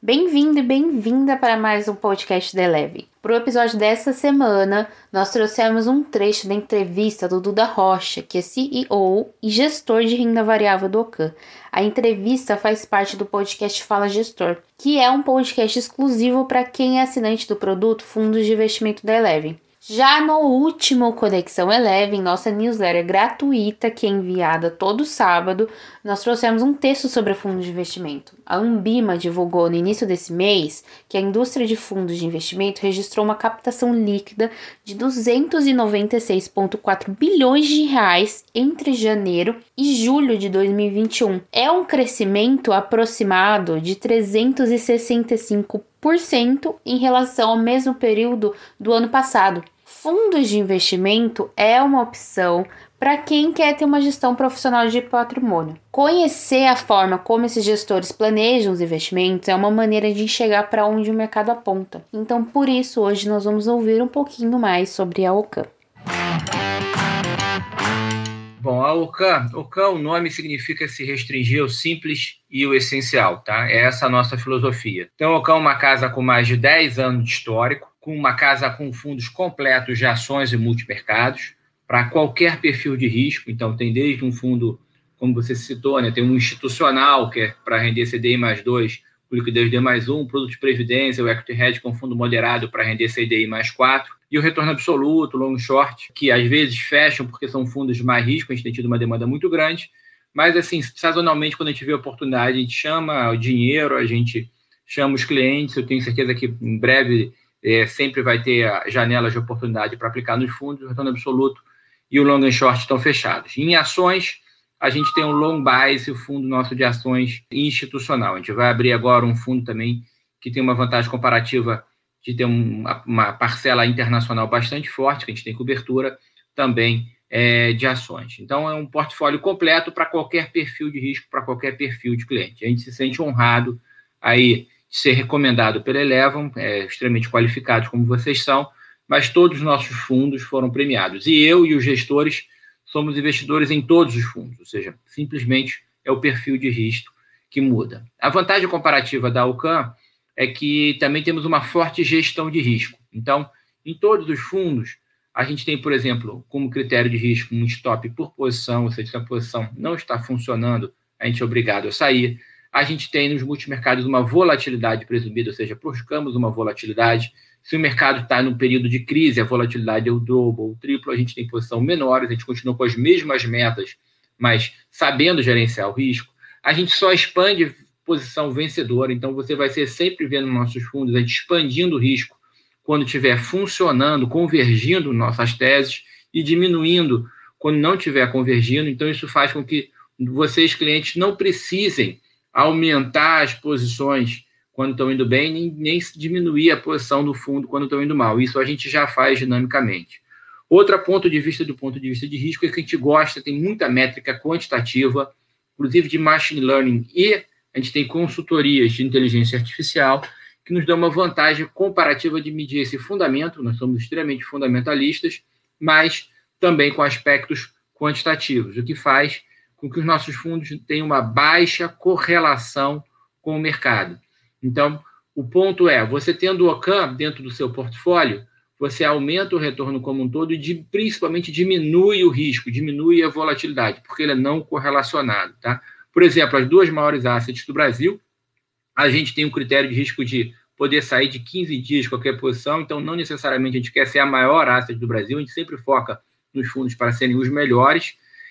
Bem-vindo e bem-vinda para mais um podcast da Eleve. Para o episódio dessa semana, nós trouxemos um trecho da entrevista do Duda Rocha, que é CEO e gestor de renda variável do Ocam. A entrevista faz parte do podcast Fala Gestor, que é um podcast exclusivo para quem é assinante do produto Fundos de Investimento da Eleve. Já no último Conexão Eleve, nossa newsletter gratuita, que é enviada todo sábado, nós trouxemos um texto sobre fundos de investimento. A Ambima divulgou no início desse mês que a indústria de fundos de investimento registrou uma captação líquida de 296,4 bilhões de reais entre janeiro e julho de 2021. É um crescimento aproximado de 365% em relação ao mesmo período do ano passado. Fundos de investimento é uma opção para quem quer ter uma gestão profissional de patrimônio. Conhecer a forma como esses gestores planejam os investimentos é uma maneira de enxergar para onde o mercado aponta. Então, por isso, hoje nós vamos ouvir um pouquinho mais sobre a Ocam. Bom, a Ocam, o nome significa se restringir ao simples e o essencial, tá? É essa a nossa filosofia. Então, a Ocam é uma casa com mais de 10 anos de histórico, com uma casa com fundos completos de ações e multimercados, para qualquer perfil de risco. Então, tem desde um fundo, como você citou, né? Tem um institucional, que é para render CDI mais 2, o liquidez D mais 1, produto de previdência, o equity hedge com fundo moderado para render CDI mais 4, e o retorno absoluto, long short, que às vezes fecham porque são fundos de mais risco, a gente tem tido uma demanda muito grande, mas assim, sazonalmente, quando a gente vê a oportunidade, a gente chama o dinheiro, a gente chama os clientes. Eu tenho certeza que em breve sempre vai ter janelas de oportunidade para aplicar nos fundos. O retorno absoluto e o long and short estão fechados. Em ações, a gente tem o long bias, o fundo nosso de ações institucional. A gente vai abrir agora um fundo também que tem uma vantagem comparativa de ter uma parcela internacional bastante forte, que a gente tem cobertura também de ações. Então, é um portfólio completo para qualquer perfil de risco, para qualquer perfil de cliente. A gente se sente honrado aí de ser recomendado pela Eleven, extremamente qualificados como vocês são, mas todos os nossos fundos foram premiados. E eu e os gestores somos investidores em todos os fundos, ou seja, simplesmente é o perfil de risco que muda. A vantagem comparativa da Ocam é que também temos uma forte gestão de risco. Então, em todos os fundos, a gente tem, por exemplo, como critério de risco, um stop por posição, ou seja, se a posição não está funcionando, a gente é obrigado a sair. A gente tem nos multimercados uma volatilidade presumida, ou seja, buscamos uma volatilidade. Se o mercado está num período de crise, a volatilidade é o dobro ou o triplo, a gente tem posição menores, a gente continua com as mesmas metas, mas sabendo gerenciar o risco. A gente só expande posição vencedora, então você vai ser sempre vendo nos nossos fundos a gente expandindo o risco quando estiver funcionando, convergindo nossas teses e diminuindo quando não estiver convergindo. Então, isso faz com que vocês, clientes, não precisem aumentar as posições quando estão indo bem, nem diminuir a posição do fundo quando estão indo mal. Isso a gente já faz dinamicamente. Outro ponto de vista de risco é que a gente gosta, tem muita métrica quantitativa, inclusive de machine learning, e a gente tem consultorias de inteligência artificial que nos dão uma vantagem comparativa de medir esse fundamento. Nós somos extremamente fundamentalistas, mas também com aspectos quantitativos, o que faz com que os nossos fundos tenham uma baixa correlação com o mercado. Então, o ponto é, você tendo o Ocam dentro do seu portfólio, você aumenta o retorno como um todo e principalmente diminui o risco, diminui a volatilidade, porque ele é não correlacionado, tá? Por exemplo, as duas maiores assets do Brasil, a gente tem um critério de risco de poder sair de 15 dias de qualquer posição, então não necessariamente a gente quer ser a maior asset do Brasil, a gente sempre foca nos fundos para serem os melhores.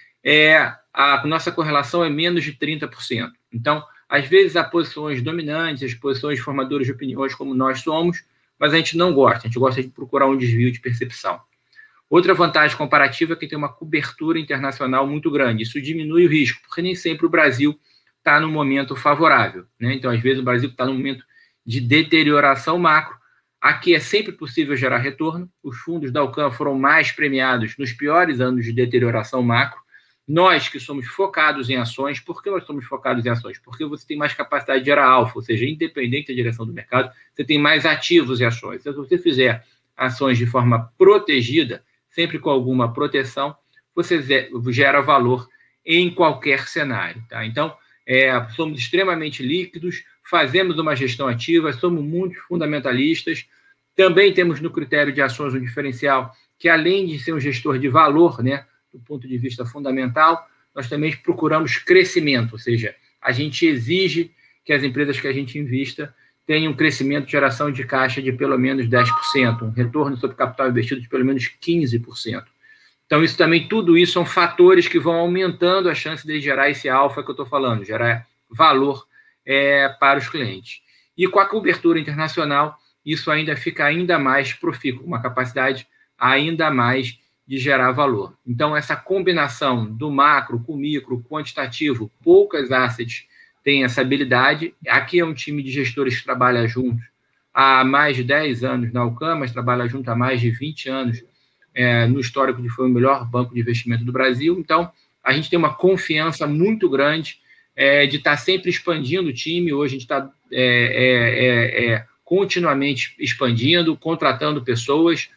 A nossa correlação é menos de 30%. Então, às vezes há posições dominantes, as posições formadoras de opiniões como nós somos, mas a gente não gosta, a gente gosta de procurar um desvio de percepção. Outra vantagem comparativa é que tem uma cobertura internacional muito grande. Isso diminui o risco, porque nem sempre o Brasil está num momento favorável, né? Então, às vezes, o Brasil está num momento de deterioração macro. Aqui é sempre possível gerar retorno. Os fundos da Ocam foram mais premiados nos piores anos de deterioração macro. Nós que somos focados em ações, por que nós somos focados em ações? Porque você tem mais capacidade de gerar alfa, ou seja, independente da direção do mercado, você tem mais ativos em ações. Então, se você fizer ações de forma protegida, sempre com alguma proteção, você gera valor em qualquer cenário, tá? Então, somos extremamente líquidos, fazemos uma gestão ativa, somos muito fundamentalistas, também temos no critério de ações um diferencial que, além de ser um gestor de valor, né, do ponto de vista fundamental, nós também procuramos crescimento, ou seja, a gente exige que as empresas que a gente invista tenham um crescimento de geração de caixa de pelo menos 10%, um retorno sobre capital investido de pelo menos 15%. Então, tudo isso são fatores que vão aumentando a chance de gerar esse alfa que eu estou falando, gerar valor para os clientes. E com a cobertura internacional, isso ainda fica ainda mais profícuo, uma capacidade ainda mais de gerar valor. Então, essa combinação do macro com micro, quantitativo, poucas assets têm essa habilidade. Aqui é um time de gestores que trabalha juntos há mais de 10 anos na Alcam, mas trabalha junto há mais de 20 anos no histórico de foi o melhor banco de investimento do Brasil. Então, a gente tem uma confiança muito grande de estar sempre expandindo o time. Hoje a gente está continuamente expandindo, contratando pessoas.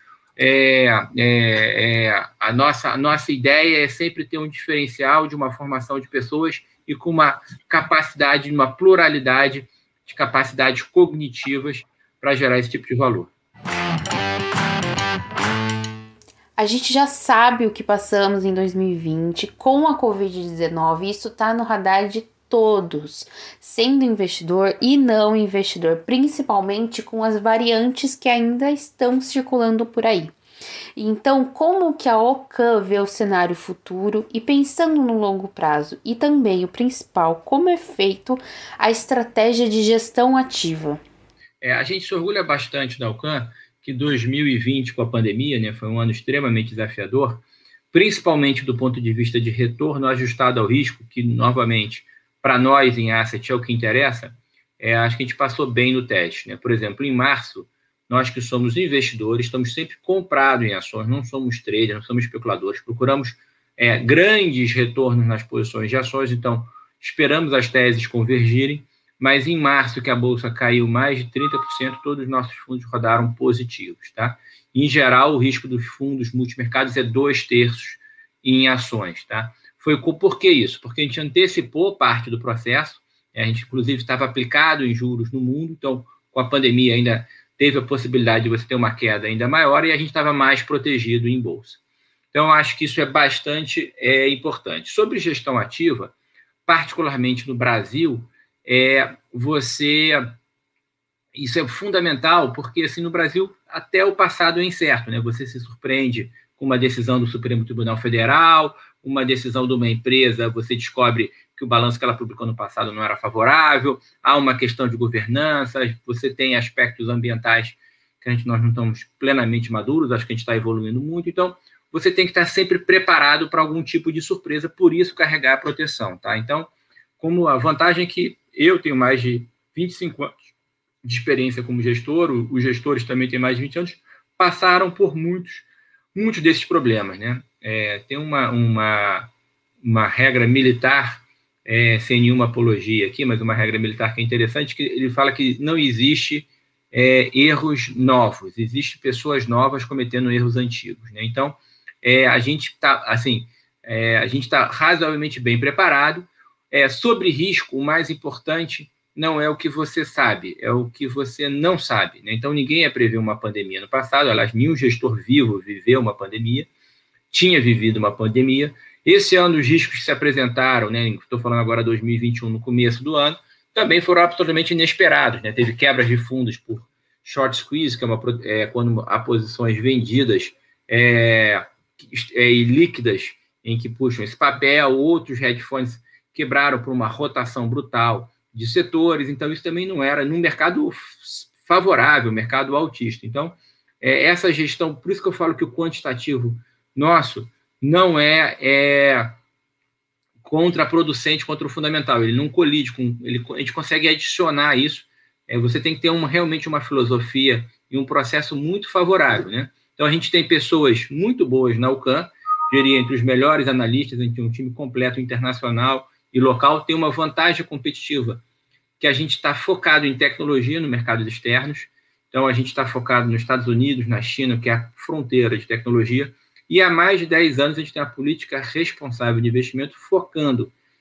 A nossa ideia é sempre ter um diferencial de uma formação de pessoas e com uma capacidade, uma pluralidade de capacidades cognitivas para gerar esse tipo de valor. A gente já sabe o que passamos em 2020 com a Covid-19, e isso está no radar de todos, sendo investidor e não investidor, principalmente com as variantes que ainda estão circulando por aí. Então, como que a Alcam vê o cenário futuro e pensando no longo prazo? E também, o principal, como é feito a estratégia de gestão ativa? A gente se orgulha bastante da Alcam, que 2020, com a pandemia, né, foi um ano extremamente desafiador, principalmente do ponto de vista de retorno ajustado ao risco, que, novamente, para nós em asset é o que interessa. Acho que a gente passou bem no teste, né? Por exemplo, em março, nós que somos investidores, estamos sempre comprados em ações, não somos traders, não somos especuladores, procuramos grandes retornos nas posições de ações, então esperamos as teses convergirem, mas em março, que a Bolsa caiu mais de 30%, todos os nossos fundos rodaram positivos, tá? Em geral, o risco dos fundos multimercados é 2/3 em ações, tá? Por que isso? Porque a gente antecipou parte do processo, a gente, inclusive, estava aplicado em juros no mundo, então, com a pandemia ainda teve a possibilidade de você ter uma queda ainda maior e a gente estava mais protegido em bolsa. Então, acho que isso é bastante importante. Sobre gestão ativa, particularmente no Brasil, isso é fundamental, porque assim, no Brasil até o passado é incerto, né? Você se surpreende com uma decisão do Supremo Tribunal Federal, uma decisão de uma empresa, você descobre que o balanço que ela publicou no passado não era favorável, há uma questão de governança, você tem aspectos ambientais que nós não estamos plenamente maduros, acho que a gente está evoluindo muito, então você tem que estar sempre preparado para algum tipo de surpresa, por isso carregar a proteção, tá? Então, como a vantagem é que eu tenho mais de 25 anos de experiência como gestor, os gestores também têm mais de 20 anos, passaram por muitos desses problemas, né? Tem uma regra militar, sem nenhuma apologia aqui, mas uma regra militar que é interessante, que ele fala que não existe erros novos, existem pessoas novas cometendo erros antigos, né? Então, a gente está razoavelmente bem preparado. Sobre risco, o mais importante não é o que você sabe, é o que você não sabe, né? Então, ninguém ia prever uma pandemia no passado, aliás, nenhum gestor vivo viveu uma pandemia, tinha vivido uma pandemia. Esse ano, os riscos que se apresentaram, né, estou falando agora de 2021, no começo do ano, também foram absolutamente inesperados, né? Teve quebras de fundos por short squeeze, que quando há posições vendidas e líquidas em que puxam esse papel, outros hedge funds quebraram por uma rotação brutal de setores, então isso também não era num mercado favorável, mercado altista. Então, essa gestão, por isso que eu falo que o quantitativo nosso não é contraproducente contra o fundamental, ele não colide a gente consegue adicionar isso. Você tem que ter realmente uma filosofia e um processo muito favorável, né? Então, a gente tem pessoas muito boas na Alcam, diria entre os melhores analistas, a gente tem um time completo internacional e local, tem uma vantagem competitiva, que a gente está focado em tecnologia no mercados externos, então a gente está focado nos Estados Unidos, na China, que é a fronteira de tecnologia, e há mais de 10 anos a gente tem uma política responsável de investimento focando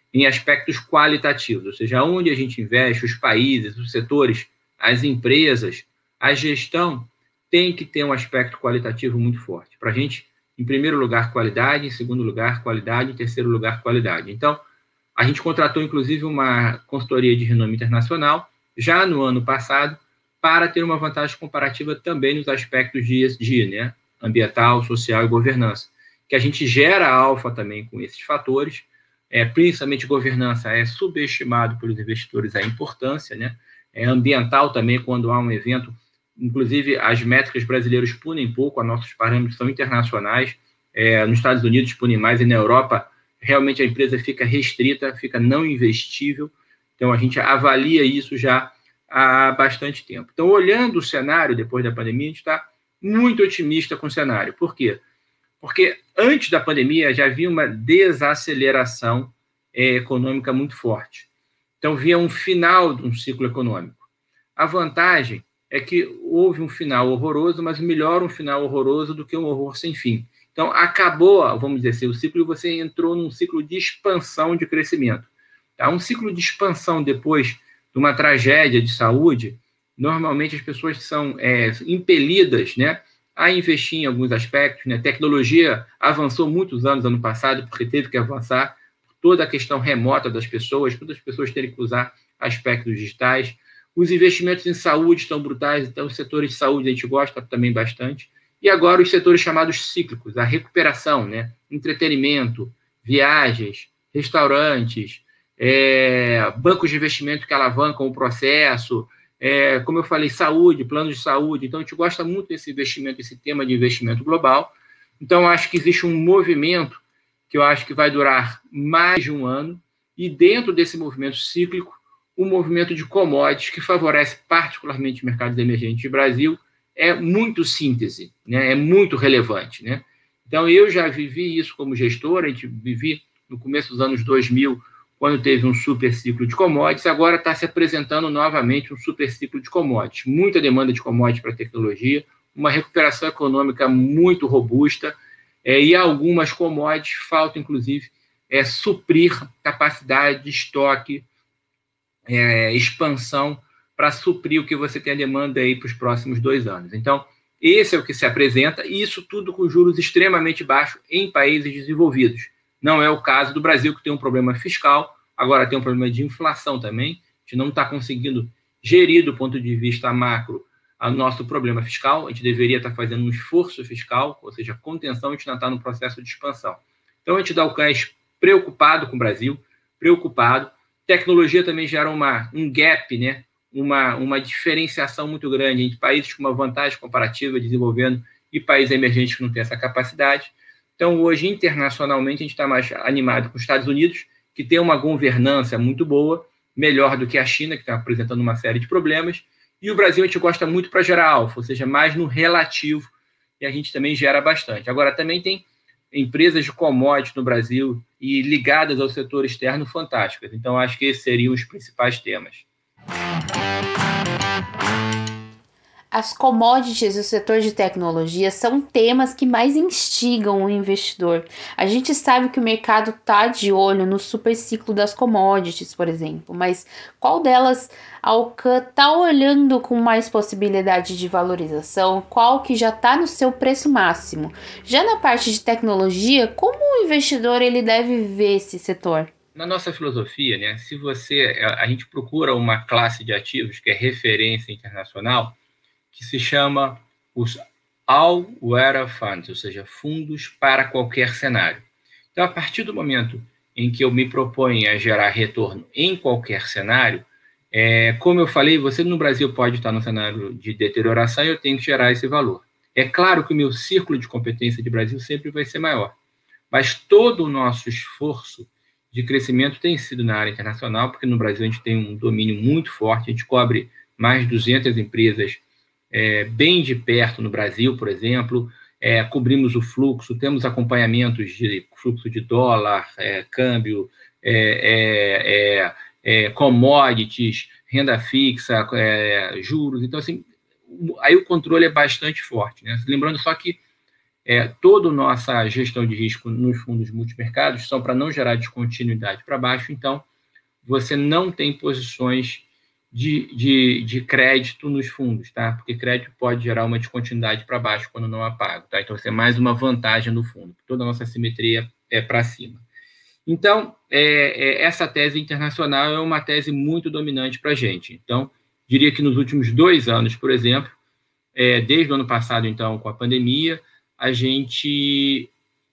em aspectos qualitativos, ou seja, onde a gente investe, os países, os setores, as empresas, a gestão tem que ter um aspecto qualitativo muito forte. Para a gente, em primeiro lugar, qualidade, em segundo lugar, qualidade, em terceiro lugar, qualidade. Então, a gente contratou, inclusive, uma consultoria de renome internacional, já no ano passado, para ter uma vantagem comparativa também nos aspectos de ESG, né? Ambiental, social e governança, que a gente gera alfa também com esses fatores, principalmente governança, é subestimado pelos investidores a importância, né? Ambiental também, quando há um evento, inclusive as métricas brasileiras punem pouco, nossos parâmetros são internacionais, nos Estados Unidos punem mais, e na Europa realmente a empresa fica restrita, fica não investível, então a gente avalia isso já há bastante tempo. Então, olhando o cenário depois da pandemia, a gente está muito otimista com o cenário. Por quê? Porque antes da pandemia já havia uma desaceleração econômica muito forte. Então, havia um final de um ciclo econômico. A vantagem é que houve um final horroroso, mas melhor um final horroroso do que um horror sem fim. Então, acabou, vamos dizer assim, o ciclo e você entrou num ciclo de expansão de crescimento. Tá? Um ciclo de expansão depois de uma tragédia de saúde, normalmente as pessoas são impelidas, né, a investir em alguns aspectos. Né? A tecnologia avançou muitos anos ano passado, porque teve que avançar toda a questão remota das pessoas, todas as pessoas terem que usar aspectos digitais. Os investimentos em saúde estão brutais, então os setores de saúde a gente gosta também bastante. E agora os setores chamados cíclicos, a recuperação, né? Entretenimento, viagens, restaurantes, bancos de investimento que alavancam o processo, como eu falei, saúde, planos de saúde. Então, a gente gosta muito desse investimento, esse tema de investimento global. Então, acho que existe um movimento que eu acho que vai durar mais de um ano, e dentro desse movimento cíclico, o movimento de commodities, que favorece particularmente mercados emergentes do Brasil, é muito síntese, né? É muito relevante. Né? Então, eu já vivi isso como gestor, a gente vivi no começo dos anos 2000, quando teve um super ciclo de commodities, agora está se apresentando novamente um super ciclo de commodities. Muita demanda de commodities para tecnologia, uma recuperação econômica muito robusta, e algumas commodities faltam, inclusive, suprir capacidade de estoque, expansão, para suprir o que você tem a demanda aí para os próximos 2 anos. Então, esse é o que se apresenta, e isso tudo com juros extremamente baixos em países desenvolvidos. Não é o caso do Brasil, que tem um problema fiscal, agora tem um problema de inflação também. A gente não está conseguindo gerir do ponto de vista macro o nosso problema fiscal. A gente deveria estar fazendo um esforço fiscal, ou seja, contenção, a gente não está no processo de expansão. Então, a gente dá o cães preocupado com o Brasil, preocupado. Tecnologia também gera um gap, né? Uma diferenciação muito grande entre países com uma vantagem comparativa desenvolvendo e países emergentes que não têm essa capacidade. Então, hoje, internacionalmente, a gente está mais animado com os Estados Unidos, que tem uma governança muito boa, melhor do que a China, que está apresentando uma série de problemas, e o Brasil a gente gosta muito para gerar alfa, ou seja, mais no relativo, e a gente também gera bastante. Agora, também tem empresas de commodities no Brasil e ligadas ao setor externo fantásticas. Então, acho que esses seriam os principais temas. As commodities e o setor de tecnologia são temas que mais instigam o investidor. A gente sabe que o mercado está de olho no super ciclo das commodities, por exemplo, mas qual delas a Alcan está olhando com mais possibilidade de valorização? Qual que já está no seu preço máximo? Já na parte de tecnologia, como o investidor ele deve ver esse setor? Na nossa filosofia, né, a gente procura uma classe de ativos que é referência internacional, que se chama os All-Weather Funds, ou seja, fundos para qualquer cenário. Então, a partir do momento em que eu me proponho a gerar retorno em qualquer cenário, como eu falei, você no Brasil pode estar no cenário de deterioração e eu tenho que gerar esse valor. É claro que o meu círculo de competência de Brasil sempre vai ser maior, mas todo o nosso esforço de crescimento tem sido na área internacional, porque no Brasil a gente tem um domínio muito forte, a gente cobre mais de 200 empresas bem de perto no Brasil, por exemplo, cobrimos o fluxo, temos acompanhamentos de fluxo de dólar, câmbio, commodities, renda fixa, juros. Então, assim, aí o controle é bastante forte. Né? Lembrando só que toda a nossa gestão de risco nos fundos multimercados são para não gerar descontinuidade para baixo, então você não tem posições de crédito nos fundos, tá? Porque crédito pode gerar uma descontinuidade para baixo quando não apago, tá? Então, isso é mais uma vantagem no fundo. Toda a nossa simetria é para cima. Então, essa tese internacional é uma tese muito dominante para a gente. Então, diria que nos últimos 2 anos, por exemplo, desde o ano passado, então, com a pandemia, a gente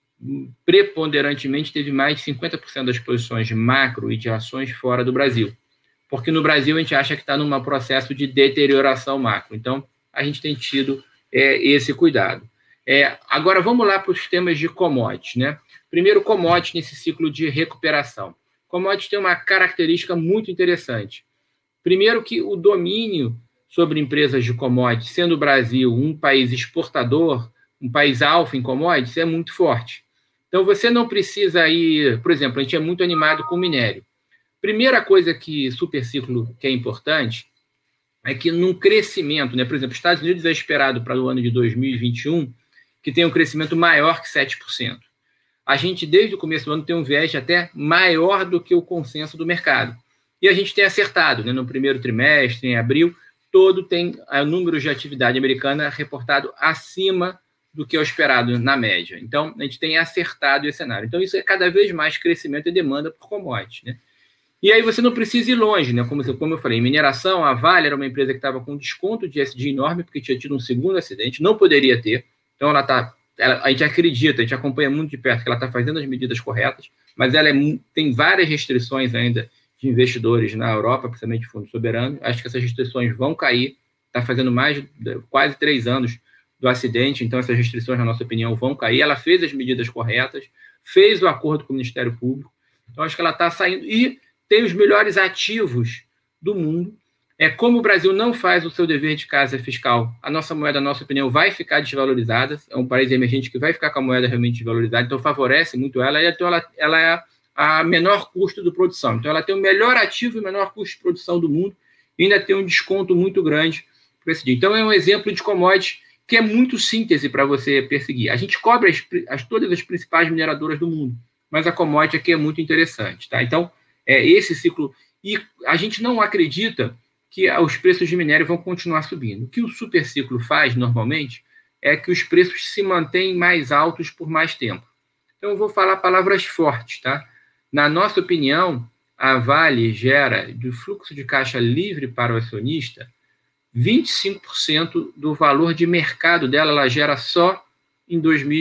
preponderantemente teve mais de 50% das posições de macro e de ações fora do Brasil. Porque no Brasil a gente acha que está num processo de deterioração macro. Então, a gente tem tido esse cuidado. Agora, vamos lá para os temas de commodities, né? Primeiro, commodities nesse ciclo de recuperação. Commodities tem uma característica muito interessante. Primeiro, que o domínio sobre empresas de commodities, sendo o Brasil um país exportador, um país alfa em commodities, é muito forte. Então, você não precisa ir... Por exemplo, a gente é muito animado com minério. Primeira coisa que superciclo que é importante é que num crescimento, né? Por exemplo, os Estados Unidos é esperado para o ano de 2021 que tenha um crescimento maior que 7%. A gente, desde o começo do ano, tem um viés até maior do que o consenso do mercado. E a gente tem acertado, né? No primeiro trimestre, em abril, todo tem o número de atividade americana reportado acima do que é o esperado na média. Então, a gente tem acertado esse cenário. Então, isso é cada vez mais crescimento e demanda por commodities, né? E aí você não precisa ir longe, né? Como eu falei, em mineração, a Vale era uma empresa que estava com desconto de ESG enorme, porque tinha tido um segundo acidente, não poderia ter. Então, a gente acredita, a gente acompanha muito de perto que ela está fazendo as medidas corretas, mas ela tem várias restrições ainda de investidores na Europa, principalmente fundo soberano. Acho que essas restrições vão cair. Está fazendo quase 3 anos do acidente, então essas restrições, na nossa opinião, vão cair. Ela fez as medidas corretas, fez o acordo com o Ministério Público. Então, acho que ela está saindo... E tem os melhores ativos do mundo. Como o Brasil não faz o seu dever de casa fiscal, a nossa moeda, na nossa opinião, vai ficar desvalorizada. É um país emergente que vai ficar com a moeda realmente desvalorizada, então favorece muito ela. E então ela é a menor custo de produção. Então ela tem o melhor ativo e o menor custo de produção do mundo e ainda tem um desconto muito grande para esse dia. Então é um exemplo de commodity que é muito síntese para você perseguir. A gente cobre todas as principais mineradoras do mundo, mas a commodity aqui é muito interessante, tá? Então, esse ciclo... E a gente não acredita que os preços de minério vão continuar subindo. O que o superciclo faz, normalmente, é que os preços se mantêm mais altos por mais tempo. Então, eu vou falar palavras fortes, tá? Na nossa opinião, a Vale gera, do fluxo de caixa livre para o acionista, 25% do valor de mercado dela, ela gera só em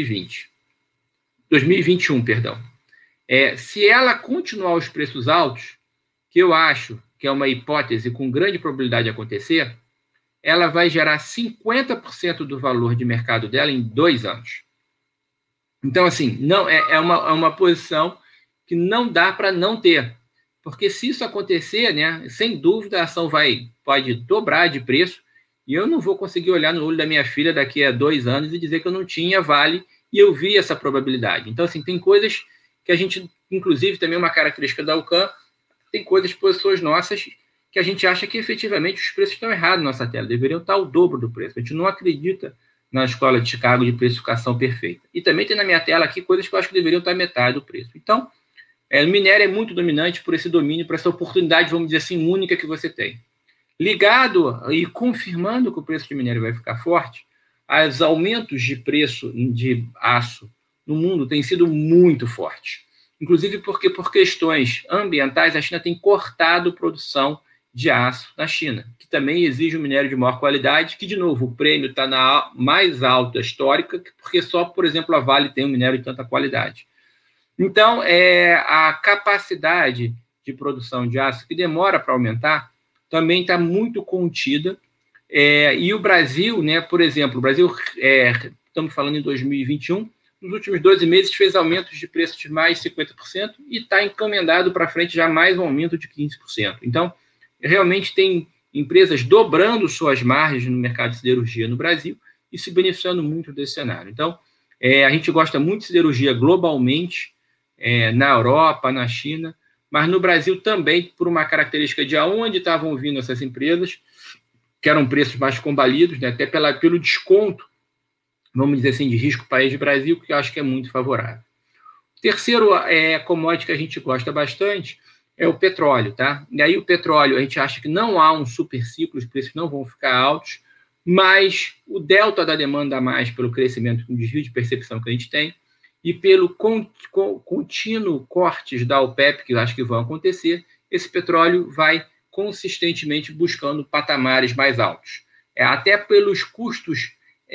2021, perdão. Se ela continuar os preços altos, que eu acho que é uma hipótese com grande probabilidade de acontecer, ela vai gerar 50% do valor de mercado dela em 2 anos. Então, assim, não é uma posição que não dá para não ter. Porque se isso acontecer, né, sem dúvida a ação pode dobrar de preço e eu não vou conseguir olhar no olho da minha filha daqui a 2 anos e dizer que eu não tinha Vale e eu vi essa probabilidade. Então, assim, tem coisas que a gente, inclusive, também uma característica da UCAM, tem coisas, posições nossas, que a gente acha que efetivamente os preços estão errados na nossa tela, deveriam estar o dobro do preço. A gente não acredita na escola de Chicago de precificação perfeita. E também tem na minha tela aqui coisas que eu acho que deveriam estar metade do preço. Então, o minério é muito dominante por esse domínio, por essa oportunidade, vamos dizer assim, única que você tem. Ligado e confirmando que o preço de minério vai ficar forte, os aumentos de preço de aço no mundo têm sido muito fortes. Inclusive porque, por questões ambientais, a China tem cortado produção de aço na China, que também exige um minério de maior qualidade, que, de novo, o prêmio está na mais alta histórica, porque só, por exemplo, a Vale tem um minério de tanta qualidade. Então, a capacidade de produção de aço, que demora para aumentar, também está muito contida. E o Brasil, né, por exemplo, estamos falando em 2021, nos últimos 12 meses fez aumentos de preço de mais de 50% e está encomendado para frente já mais um aumento de 15%. Então, realmente tem empresas dobrando suas margens no mercado de siderurgia no Brasil e se beneficiando muito desse cenário. Então, a gente gosta muito de siderurgia globalmente, na Europa, na China, mas no Brasil também, por uma característica de aonde estavam vindo essas empresas, que eram preços mais combalidos, né, até pelo desconto vamos dizer assim, de risco país de Brasil, que eu acho que é muito favorável. O terceiro commodity que a gente gosta bastante é o petróleo, tá? E aí o petróleo, a gente acha que não há um super ciclo, os preços não vão ficar altos, mas o delta da demanda a mais pelo crescimento, com desvio de percepção que a gente tem, e pelo contínuo cortes da OPEP, que eu acho que vão acontecer, esse petróleo vai consistentemente buscando patamares mais altos. Até pelos custos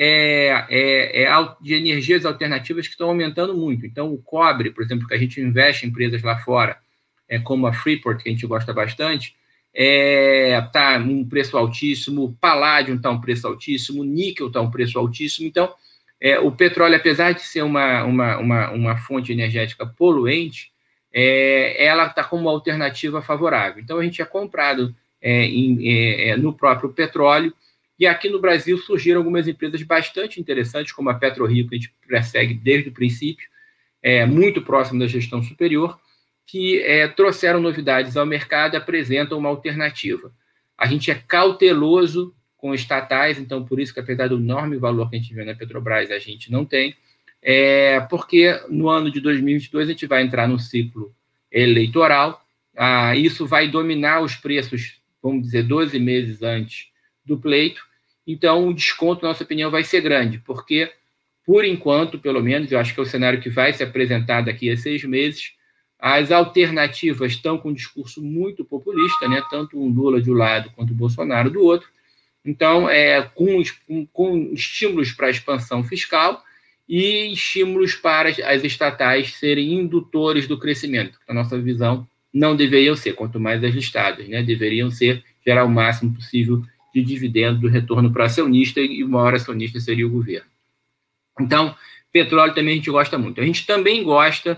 de energias alternativas que estão aumentando muito. Então, o cobre, por exemplo, que a gente investe em empresas lá fora, como a Freeport, que a gente gosta bastante, está um preço altíssimo, o paládio está um preço altíssimo, o níquel está um preço altíssimo. Então, o petróleo, apesar de ser uma fonte energética poluente, ela está como uma alternativa favorável. Então, a gente é comprado no próprio petróleo, e aqui no Brasil surgiram algumas empresas bastante interessantes, como a PetroRio, que a gente persegue desde o princípio, muito próximo da gestão superior, que trouxeram novidades ao mercado e apresentam uma alternativa. A gente é cauteloso com estatais, então por isso que, apesar do enorme valor que a gente vê na Petrobras, a gente não tem, porque no ano de 2022 a gente vai entrar num ciclo eleitoral, isso vai dominar os preços, vamos dizer, 12 meses antes do pleito, então o desconto, na nossa opinião, vai ser grande, porque, por enquanto, pelo menos, eu acho que é o cenário que vai se apresentar daqui a 6 meses, as alternativas estão com um discurso muito populista, né? Tanto o Lula de um lado quanto o Bolsonaro do outro. Então, com estímulos para a expansão fiscal e estímulos para as estatais serem indutores do crescimento. Na nossa visão, não deveriam ser, quanto mais as listadas, né? Deveriam gerar o máximo possível de dividendo do retorno para acionista, e o maior acionista seria o governo. Então, petróleo também a gente gosta muito. A gente também gosta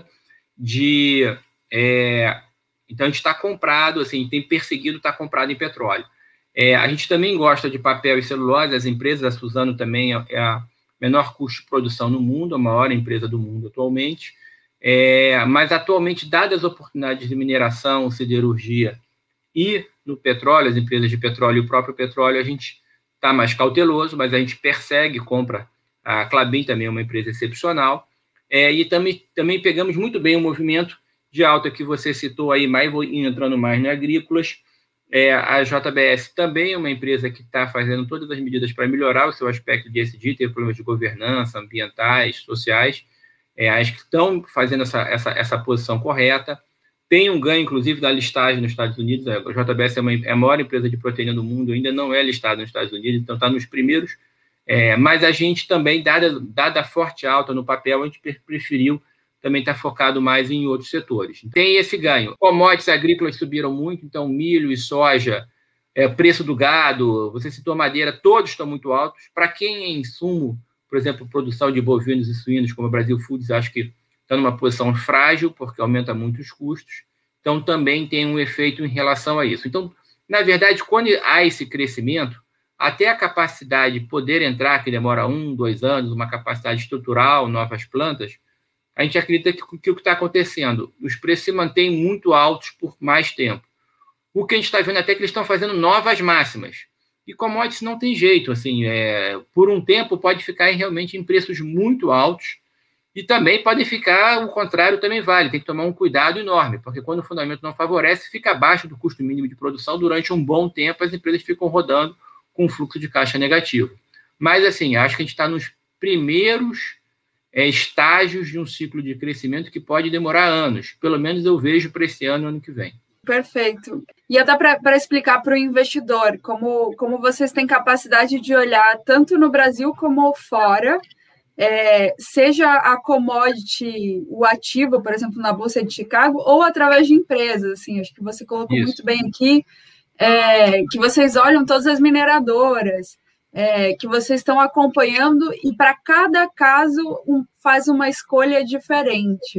então, a gente está comprado, assim, tem perseguido estar comprado em petróleo. A gente também gosta de papel e celulose, as empresas, a Suzano também é a menor custo de produção no mundo, a maior empresa do mundo atualmente, mas atualmente, dadas as oportunidades de mineração, siderurgia e no petróleo, as empresas de petróleo e o próprio petróleo, a gente está mais cauteloso, mas a gente persegue, compra. A Klabin também é uma empresa excepcional, e também pegamos muito bem o movimento de alta que você citou aí, entrando mais em agrícolas. A JBS também é uma empresa que está fazendo todas as medidas para melhorar o seu aspecto de ESG, ter problemas de governança, ambientais, sociais. Acho que estão fazendo essa posição correta. Tem um ganho, inclusive, da listagem nos Estados Unidos. A JBS é a maior empresa de proteína do mundo, ainda não é listada nos Estados Unidos, então está nos primeiros. Mas a gente também, dada a forte alta no papel, a gente preferiu também estar focado mais em outros setores. Tem esse ganho. Commodities agrícolas subiram muito, então milho e soja, preço do gado, você citou madeira, todos estão muito altos. Para quem é insumo, por exemplo, produção de bovinos e suínos, como a Brasil Foods, acho que está numa posição frágil, porque aumenta muito os custos. Então, também tem um efeito em relação a isso. Então, na verdade, quando há esse crescimento, até a capacidade de poder entrar, que demora 1, 2 anos, uma capacidade estrutural, novas plantas, a gente acredita que o que está acontecendo? Os preços se mantêm muito altos por mais tempo. O que a gente está vendo até é que eles estão fazendo novas máximas. E commodities não tem jeito, assim, por um tempo pode ficar realmente em preços muito altos, e também pode ficar, o contrário também vale, tem que tomar um cuidado enorme, porque quando o fundamento não favorece, fica abaixo do custo mínimo de produção, durante um bom tempo as empresas ficam rodando com fluxo de caixa negativo. Mas, assim, acho que a gente está nos primeiros estágios de um ciclo de crescimento que pode demorar anos. Pelo menos eu vejo para esse ano e ano que vem. Perfeito. E até para explicar para o investidor como vocês têm capacidade de olhar tanto no Brasil como fora, seja a commodity, o ativo, por exemplo, na Bolsa de Chicago, ou através de empresas. Assim, acho que você colocou Isso. muito bem aqui, que vocês olham todas as mineradoras, que vocês estão acompanhando, e para cada caso faz uma escolha diferente.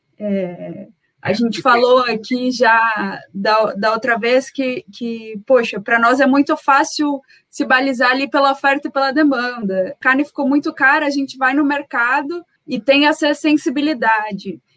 A gente falou aqui já da outra vez que poxa, para nós é muito fácil se balizar ali pela oferta e pela demanda. A carne ficou muito cara, a gente vai no mercado e tem essa sensibilidade.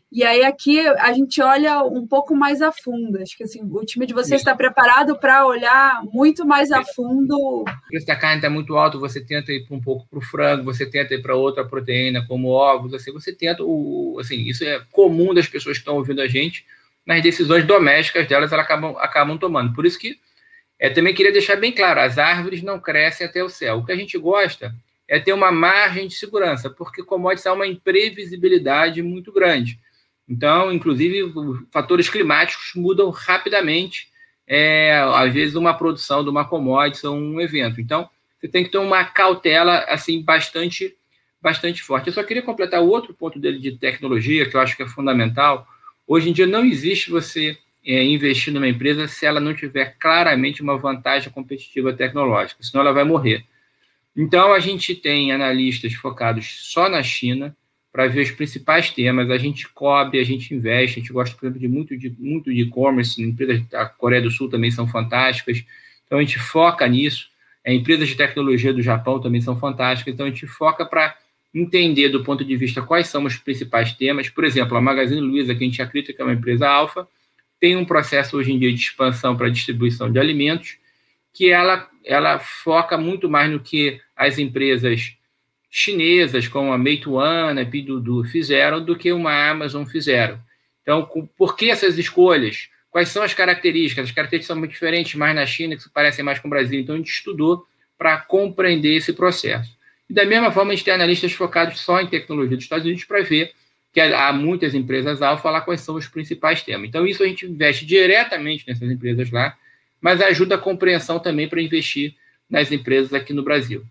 E aí aqui a gente olha um pouco mais a fundo. Acho que assim, o time de vocês está preparado para olhar muito mais a fundo. O preço da carne está muito alto, você tenta ir um pouco para o frango, você tenta ir para outra proteína, como ovos, assim, você tenta, isso é comum das pessoas que estão ouvindo a gente, nas decisões domésticas delas, elas acabam tomando. Por isso que também queria deixar bem claro, as árvores não crescem até o céu. O que a gente gosta é ter uma margem de segurança, porque commodities há uma imprevisibilidade muito grande. Então, inclusive, os fatores climáticos mudam rapidamente, às vezes, uma produção de uma commodity ou um evento. Então, você tem que ter uma cautela assim, bastante forte. Eu só queria completar o outro ponto dele de tecnologia, que eu acho que é fundamental. Hoje em dia, não existe você investir numa empresa se ela não tiver claramente uma vantagem competitiva tecnológica, senão ela vai morrer. Então, a gente tem analistas focados só na China, para ver os principais temas, a gente cobre, a gente investe, a gente gosta, por exemplo, muito de e-commerce, empresas da Coreia do Sul também são fantásticas, então a gente foca nisso, empresas de tecnologia do Japão também são fantásticas, então a gente foca para entender do ponto de vista quais são os principais temas. Por exemplo, a Magazine Luiza, que a gente acredita que é uma empresa alfa, tem um processo hoje em dia de expansão para distribuição de alimentos, que ela foca muito mais no que as empresas chinesas, como a Meituan, a Pinduoduo fizeram, do que uma Amazon fizeram. Então, por que essas escolhas? Quais são as características? As características são muito diferentes, mais na China, que se parecem mais com o Brasil. Então, a gente estudou para compreender esse processo. E, da mesma forma, a gente tem analistas focados só em tecnologia dos Estados Unidos para ver que há muitas empresas alfa, falar quais são os principais temas. Então, isso a gente investe diretamente nessas empresas lá, mas ajuda a compreensão também para investir nas empresas aqui no Brasil.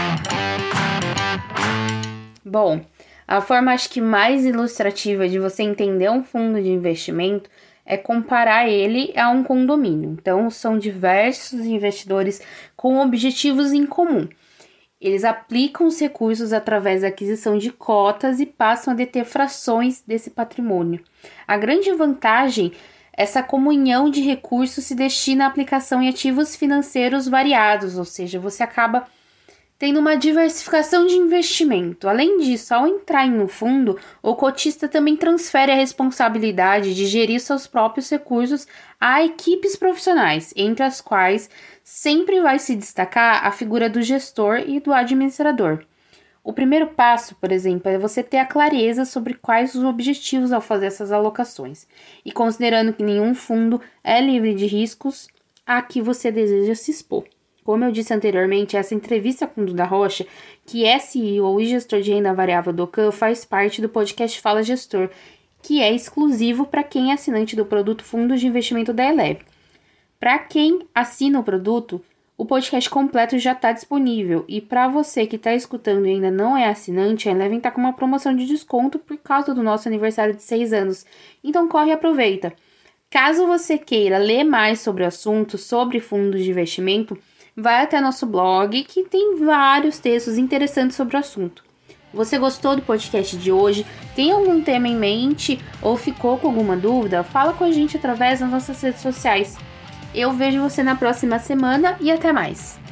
Bom, a forma acho que mais ilustrativa de você entender um fundo de investimento é comparar ele a um condomínio. Então, são diversos investidores com objetivos em comum. Eles aplicam os recursos através da aquisição de cotas e passam a deter frações desse patrimônio. A grande vantagem, essa comunhão de recursos se destina à aplicação em ativos financeiros variados, ou seja, você acaba tendo uma diversificação de investimento. Além disso, ao entrar em um fundo, o cotista também transfere a responsabilidade de gerir seus próprios recursos a equipes profissionais, entre as quais sempre vai se destacar a figura do gestor e do administrador. O primeiro passo, por exemplo, é você ter a clareza sobre quais os objetivos ao fazer essas alocações. E considerando que nenhum fundo é livre de riscos a que você deseja se expor. Como eu disse anteriormente, essa entrevista com o Duda Rocha, que é CEO e gestor de renda variável do Ocam, faz parte do podcast Fala Gestor, que é exclusivo para quem é assinante do produto Fundos de Investimento da Eleve. Para quem assina o produto, o podcast completo já está disponível. E para você que está escutando e ainda não é assinante, a Eleve está com uma promoção de desconto por causa do nosso aniversário de 6 anos. Então corre e aproveita. Caso você queira ler mais sobre o assunto, sobre fundos de investimento, vai até nosso blog, que tem vários textos interessantes sobre o assunto. Você gostou do podcast de hoje? Tem algum tema em mente ou ficou com alguma dúvida? Fala com a gente através das nossas redes sociais. Eu vejo você na próxima semana e até mais!